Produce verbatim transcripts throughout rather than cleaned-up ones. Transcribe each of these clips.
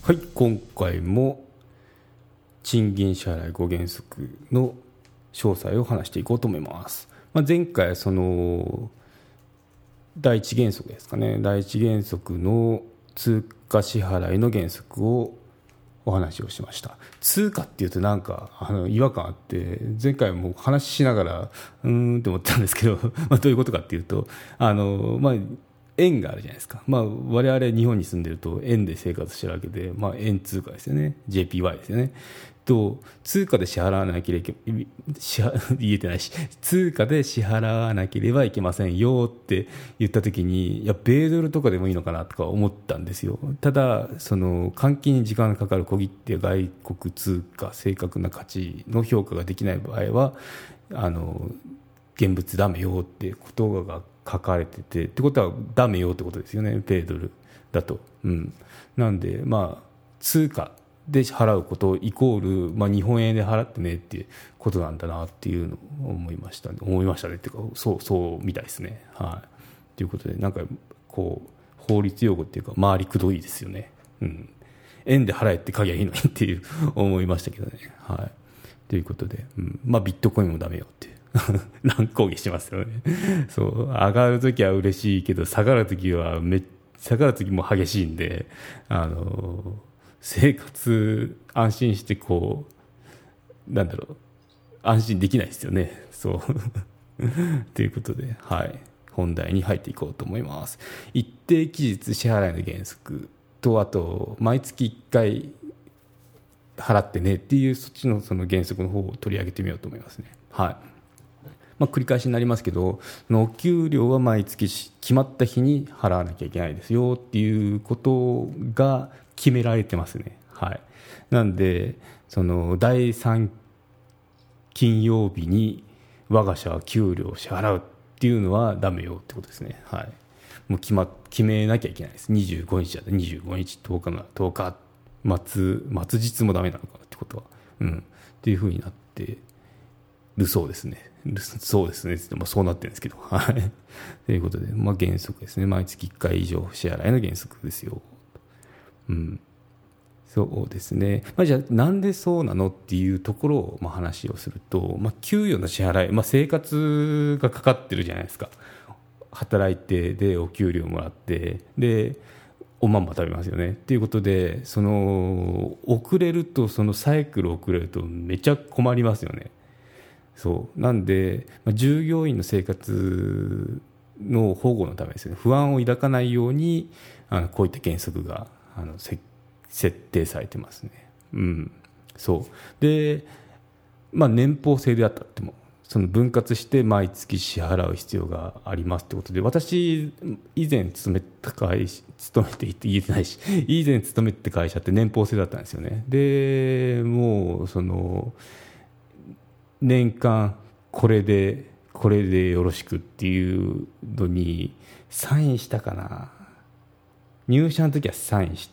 はい、今回も賃金支払いご原則の詳細を話していこうと思います。まあ、前回その第一原則ですかね、第一原則の通貨支払いの原則をお話をしました。通貨っていうとなんかあの違和感あって、前回も話しながらうーんって思ったんですけどまあどういうことかっていうと、あのまあ円があるじゃないですか。まあ、我々日本に住んでると円で生活してるわけで、まあ、円通貨ですよね。 ジェーピーワイ ですよね。と通貨で支払わなければ支払言えてないし通貨で支払わなければいけませんよって言った時に、いや米ドルとかでもいいのかなとか思ったんですよ。ただその換金に時間がかかる小切手外国通貨正確な価値の評価ができない場合はあの現物ダメよってことが書かれてて、ってことはダメよってことですよね、米ドルだと。うん、なんでまあ通貨で払うことイコール、まあ、日本円で払ってねっていうことなんだなっていうのを思いましたね思いましたねっていうかそうそうみたいですね。はい。ということでなんかこう法律用語っていうか回りくどいですよね。うん。円で払えって書きゃいいのにっていう思いましたけどね。はい。ということで、うん、まあビットコインもダメよっていう乱高下しますよね。そう上がるときは嬉しいけど下がるときはめ下がるときも激しいんで、あの生活安心してこうなんだろう安心できないですよね。そうということで、はい、本題に入っていこうと思います。一定期日支払いの原則と、あと毎月いっかい払ってねっていうそっちのその原則の方を取り上げてみようと思いますね。はい。まあ、繰り返しになりますけど、お給料は毎月決まった日に払わなきゃいけないですよっていうことが決められてますね。はい。なんでそのだいさん金曜日に我が社は給料を支払うっていうのはダメよってことですね。はい。もう決ま決めなきゃいけないです。にじゅうごにちだってにじゅうごにちとおかがとおか末末日もダメなのかなってことは、うんっていう風になってるそうですね。そうですね。まあ、そうなってるんですけど。はい。ということで、まあ、原則ですね。毎月いっかい以上支払いの原則ですよ。うん。そうですね。まあ、じゃあ、なんでそうなのっていうところを、まあ、話をすると、まあ、給与の支払い、まあ、生活がかかってるじゃないですか。働いて、で、お給料もらって、で、おまんま食べますよね。っていうことで、その、遅れると、そのサイクル遅れるとめちゃ困りますよね。そうなんで、まあ、従業員の生活の保護のためですね、不安を抱かないようにあのこういった原則があのせ設定されてますね。うん、そうで、まあ、年俸制であったってもその分割して毎月支払う必要がありますってことで、私以前勤めた会勤めていて言えてないし以前勤めてた会社って年俸制だったんですよね。でもうその年間これでこれでよろしくっていうのにサインしたかな。入社の時はサインして、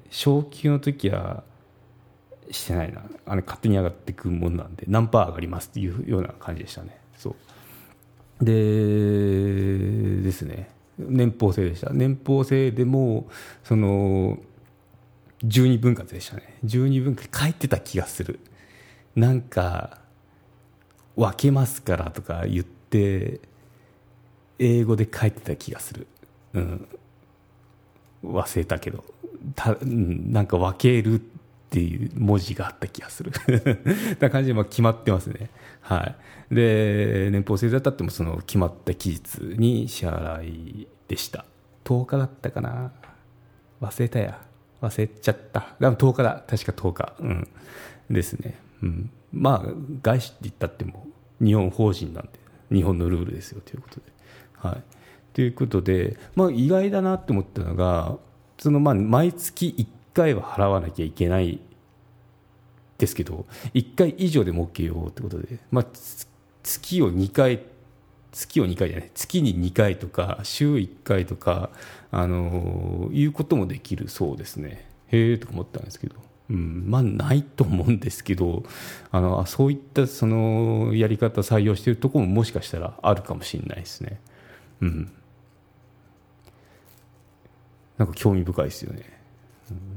昇給の時はしてないな。あれ勝手に上がっていくもんなんで何パー上がりますっていうような感じでしたね。そうでですね、年俸制でした。年俸制でもそのじゅうにぶん割でしたね。じゅうにぶん割書いてた気がする。なんか分けますからとか言って英語で書いてた気がする。うん、忘れたけどた、うん、なんか分けるっていう文字があった気がするな感じでまあ決まってますね。はい。で年俸制だったってもその決まった期日に支払いでした。とおかだったかな、忘れたや忘れちゃった。でもとおかだ、確かとおか、うん、ですね。うん、まあ外資って言ったっても日本法人なんで日本のルールですよということで、はい。ということで、まあ、意外だなって思ったのが、そのまあ毎月いっかいは払わなきゃいけないですけど、いっかい以上でも OK よってことで、まあ、月をにかい月をにかいじゃない月ににかいとか週いっかいとか、あのー、いうこともできるそうですね。へえとか思ったんですけど、うん、まあないと思うんですけど、あのそういったそのやり方採用しているところももしかしたらあるかもしれないですね。うん、なんか興味深いですよね。うん、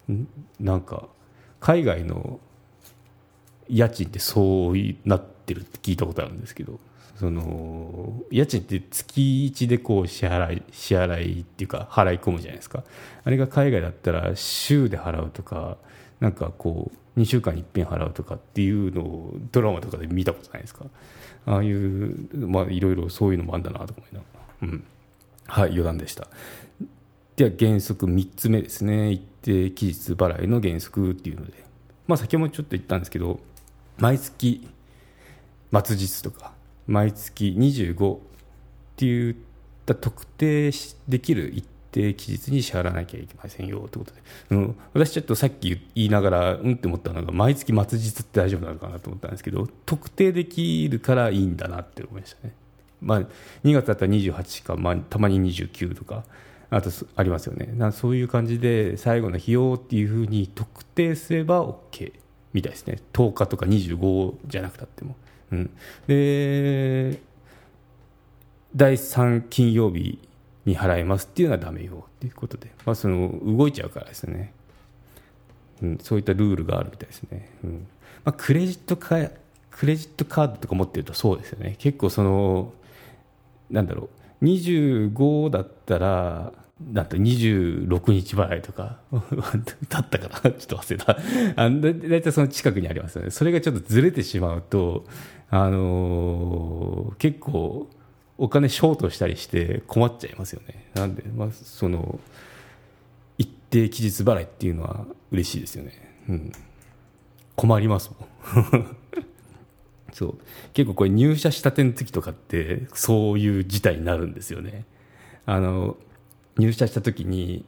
なんか海外の家賃ってそうなってるって聞いたことあるんですけど、その家賃って月いちでこう支払い支払いっていうか払い込むじゃないですか。あれが海外だったら週で払うとか、なんかこうにしゅうかんにいっぺん払うとかっていうのをドラマとかで見たことないですか。ああいうまあいろいろそういうのもあるんだなと思いながら、うん、はい、余談でした。では原則みっつめですね。一定期日払いの原則っていうので、まあ、先ほどもちょっと言ったんですけど、毎月末日とか毎月にじゅうごっていった特定できる一定期日に支払わなきゃいけませんよということで、うん、私ちょっとさっき言いながらうんって思ったのが、毎月末日って大丈夫なのかなと思ったんですけど、特定できるからいいんだなって思いましたね。まあ、にがつだったらにじゅうはちか、まあ、たまににじゅうきゅうとかあとありますよね。なそういう感じで最後の費用っていうふうに特定すれば OK みたいですね。とおかとかにじゅうごじゃなくたっても、うん、でだいさん金曜日に払いますっていうのはダメよっていうことで、まあ、その動いちゃうからですね、うん、そういったルールがあるみたいですね、うんまあ、クレジットカクレジットカードとか持ってるとそうですよね。結構そのなんだろう、にじゅうごだったらなんとにじゅうろくにち払いとかだったかな、ちょっと忘れた。あだだいたいその近くにありますよね。それがちょっとずれてしまうと、あのー、結構お金ショートしたりして困っちゃいますよね。なんで、まあ、その一定期日払いっていうのは嬉しいですよね、うん、困りますもんそう結構これ入社したての時とかってそういう事態になるんですよね。あの入社した時に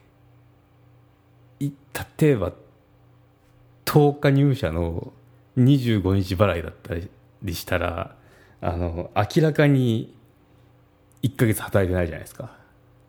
例えばとおか入社のにじゅうごにち払いだったりしたら、あの明らかにいっかげつ働いてないじゃないですか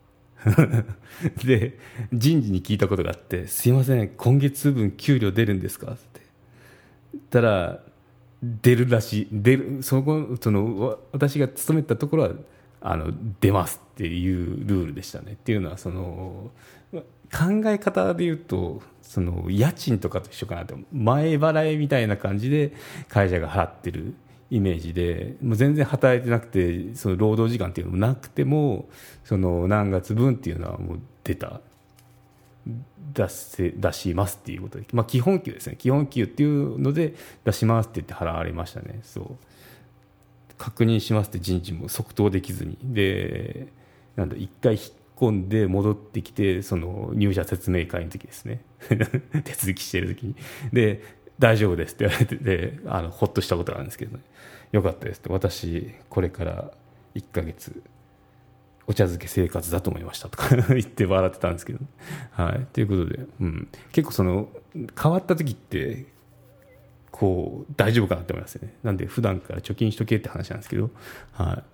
で人事に聞いたことがあって、すいません今月分給料出るんですかって言ったら、出るらしい、出るそのその私が勤めたところはあの出ますっていうルールでしたね。っていうのはその考え方で言うと、その家賃とかと一緒かなと、前払いみたいな感じで会社が払ってるイメージで、もう全然働いてなくて、その労働時間っていうのもなくても、その何月分っていうのはもう出た出せ出しますっていうことで、まあ、基本給ですね。基本給っていうので出しますって言って払われましたね。そう確認しますって人事も即答できずに、でなんだ一回引っ込んで戻ってきて、その入社説明会の時ですね手続きしてる時にで大丈夫ですって言われてて、あのほっとしたことがあるんですけどね。よかったですって、私これからいっかげつお茶漬け生活だと思いましたとか言って笑ってたんですけど、はい、ということで、うん、結構その変わった時ってこう大丈夫かなって思いますよね。なんで普段から貯金しとけって話なんですけど、はい、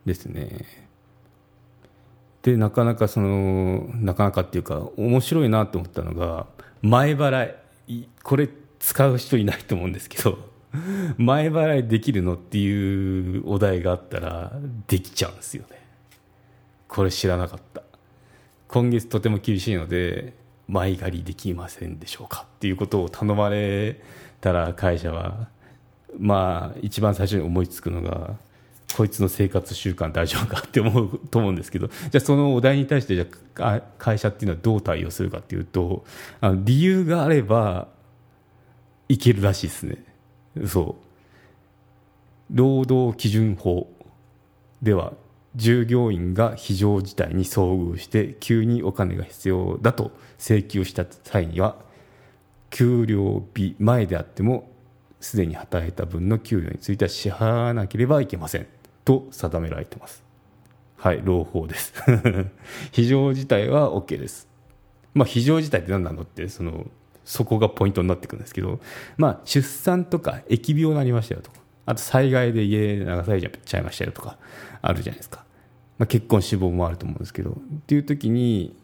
ですね。でなかなかそのなかなかっていうか面白いなと思ったのが、前払い、これ使う人いないと思うんですけど前払いできるのっていうお題があったらできちゃうんですよね。これ知らなかった。今月とても厳しいので前借りできませんでしょうかっていうことを頼まれたら、会社はまあ一番最初に思いつくのが、こいつの生活習慣大丈夫かって思うと思うんですけど、じゃあそのお題に対してじゃあ会社っていうのはどう対応するかっていうと、あの理由があればいけるらしいですね。そう労働基準法では、従業員が非常事態に遭遇して急にお金が必要だと請求した際には、給料日前であってもすでに働いた分の給料については支払わなければいけませんと定められています。はい、朗報です非常事態は OK です。まあ非常事態って何なのって、そのそこがポイントになってくるんですけど、まあ、出産とか疫病になりましたよとか、あと災害で家流されちゃいましたよとかあるじゃないですか。まあ、結婚死亡もあると思うんですけど、っていう時に、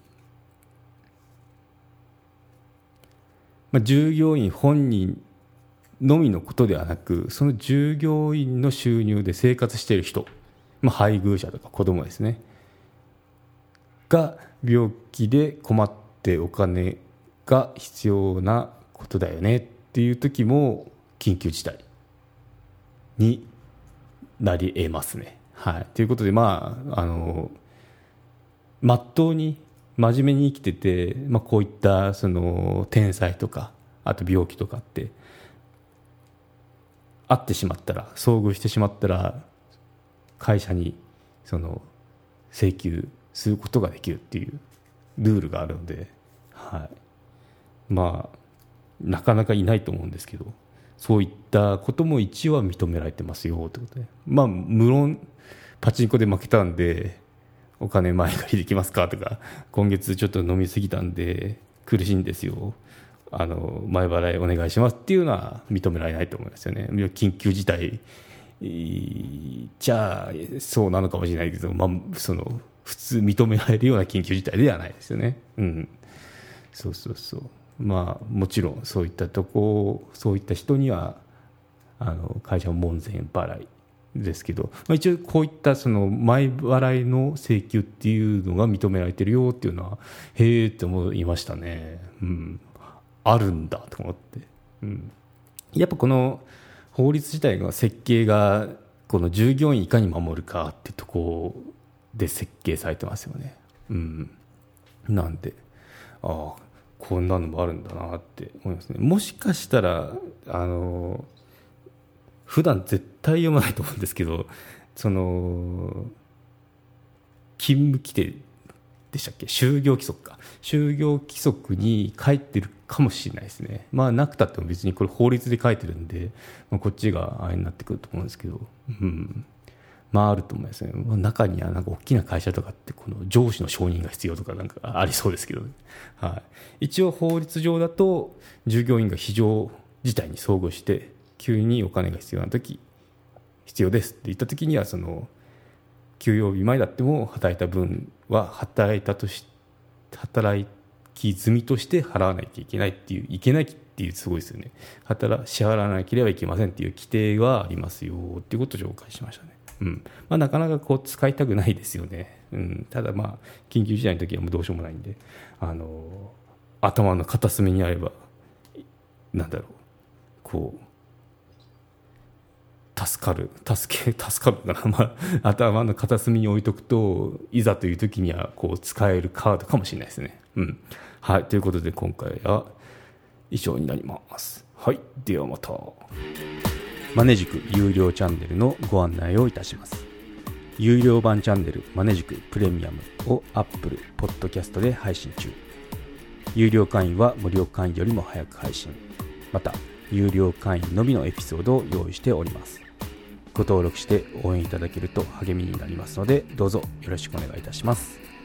まあ、従業員本人のみのことではなく、その従業員の収入で生活している人、まあ、配偶者とか子供ですねが病気で困っってお金が必要なことだよねっていう時も緊急事態になり得ますね。はい、ということで、まああのまっとうに真面目に生きてて、まあ、こういったその天災とかあと病気とかってあってしまったら、遭遇してしまったら会社にその請求することができるっていうルールがあるので、はい、まあなかなかいないと思うんですけど、そういったことも一応は認められてますよということで、まあ無論パチンコで負けたんでお金前借りできますかとか、今月ちょっと飲みすぎたんで苦しいんですよ、あの前払いお願いしますっていうのは認められないと思いますよね。緊急事態じゃあそうなのかもしれないけど、まあ、その普通認められるような緊急事態ではないですよね。うん、そうそうそう。まあもちろんそういったとこそういった人にはあの会社の門前払いですけど、まあ、一応こういったその前払いの請求っていうのが認められてるよっていうのはへえって思いましたね。うん、あるんだと思って、うん、やっぱこの法律自体の設計がこの従業員いかに守るかっていうところで設計されてますよね。うん、なんでああこんなのもあるんだなって思いますね。もしかしたらあの普段絶対読まないと思うんですけど、その勤務規定でしたっけ、就業規則か、就業規則に書いてるかもしれないですね。まあなくたっても別にこれ法律で書いてるんで、まあ、こっちがあれになってくると思うんですけど、うん、まああると思いますね。まあ、中にはなんか大きな会社とかってこの上司の承認が必要とかなんかありそうですけど、ね、はい、一応法律上だと従業員が非常事態に遭遇して急にお金が必要な時必要ですって言った時には、その休養日前だっても働いた分は働いたとし働き済みとして払わなきゃいけないっていう、いけないっていう、すごいですよね。働支払わなければいけませんっていう規定がありますよっていうことを紹介しましたね。うん、まあ、なかなかこう使いたくないですよね。うん、ただまあ緊急事態の時はもうどうしようもないんで、あの頭の片隅にあればなんだろう、こう助かる助け助かるかな、まあ、頭の片隅に置いとくといざという時にはこう使えるカードかもしれないですね。うん、はい、ということで今回は以上になります。はい、ではまた。マネジク有料チャンネルのご案内をいたします。有料版チャンネルマネジクプレミアムを Apple Podcast で配信中。有料会員は無料会員よりも早く配信、また有料会員のみのエピソードを用意しております。ご登録して応援いただけると励みになりますので、どうぞよろしくお願いいたします。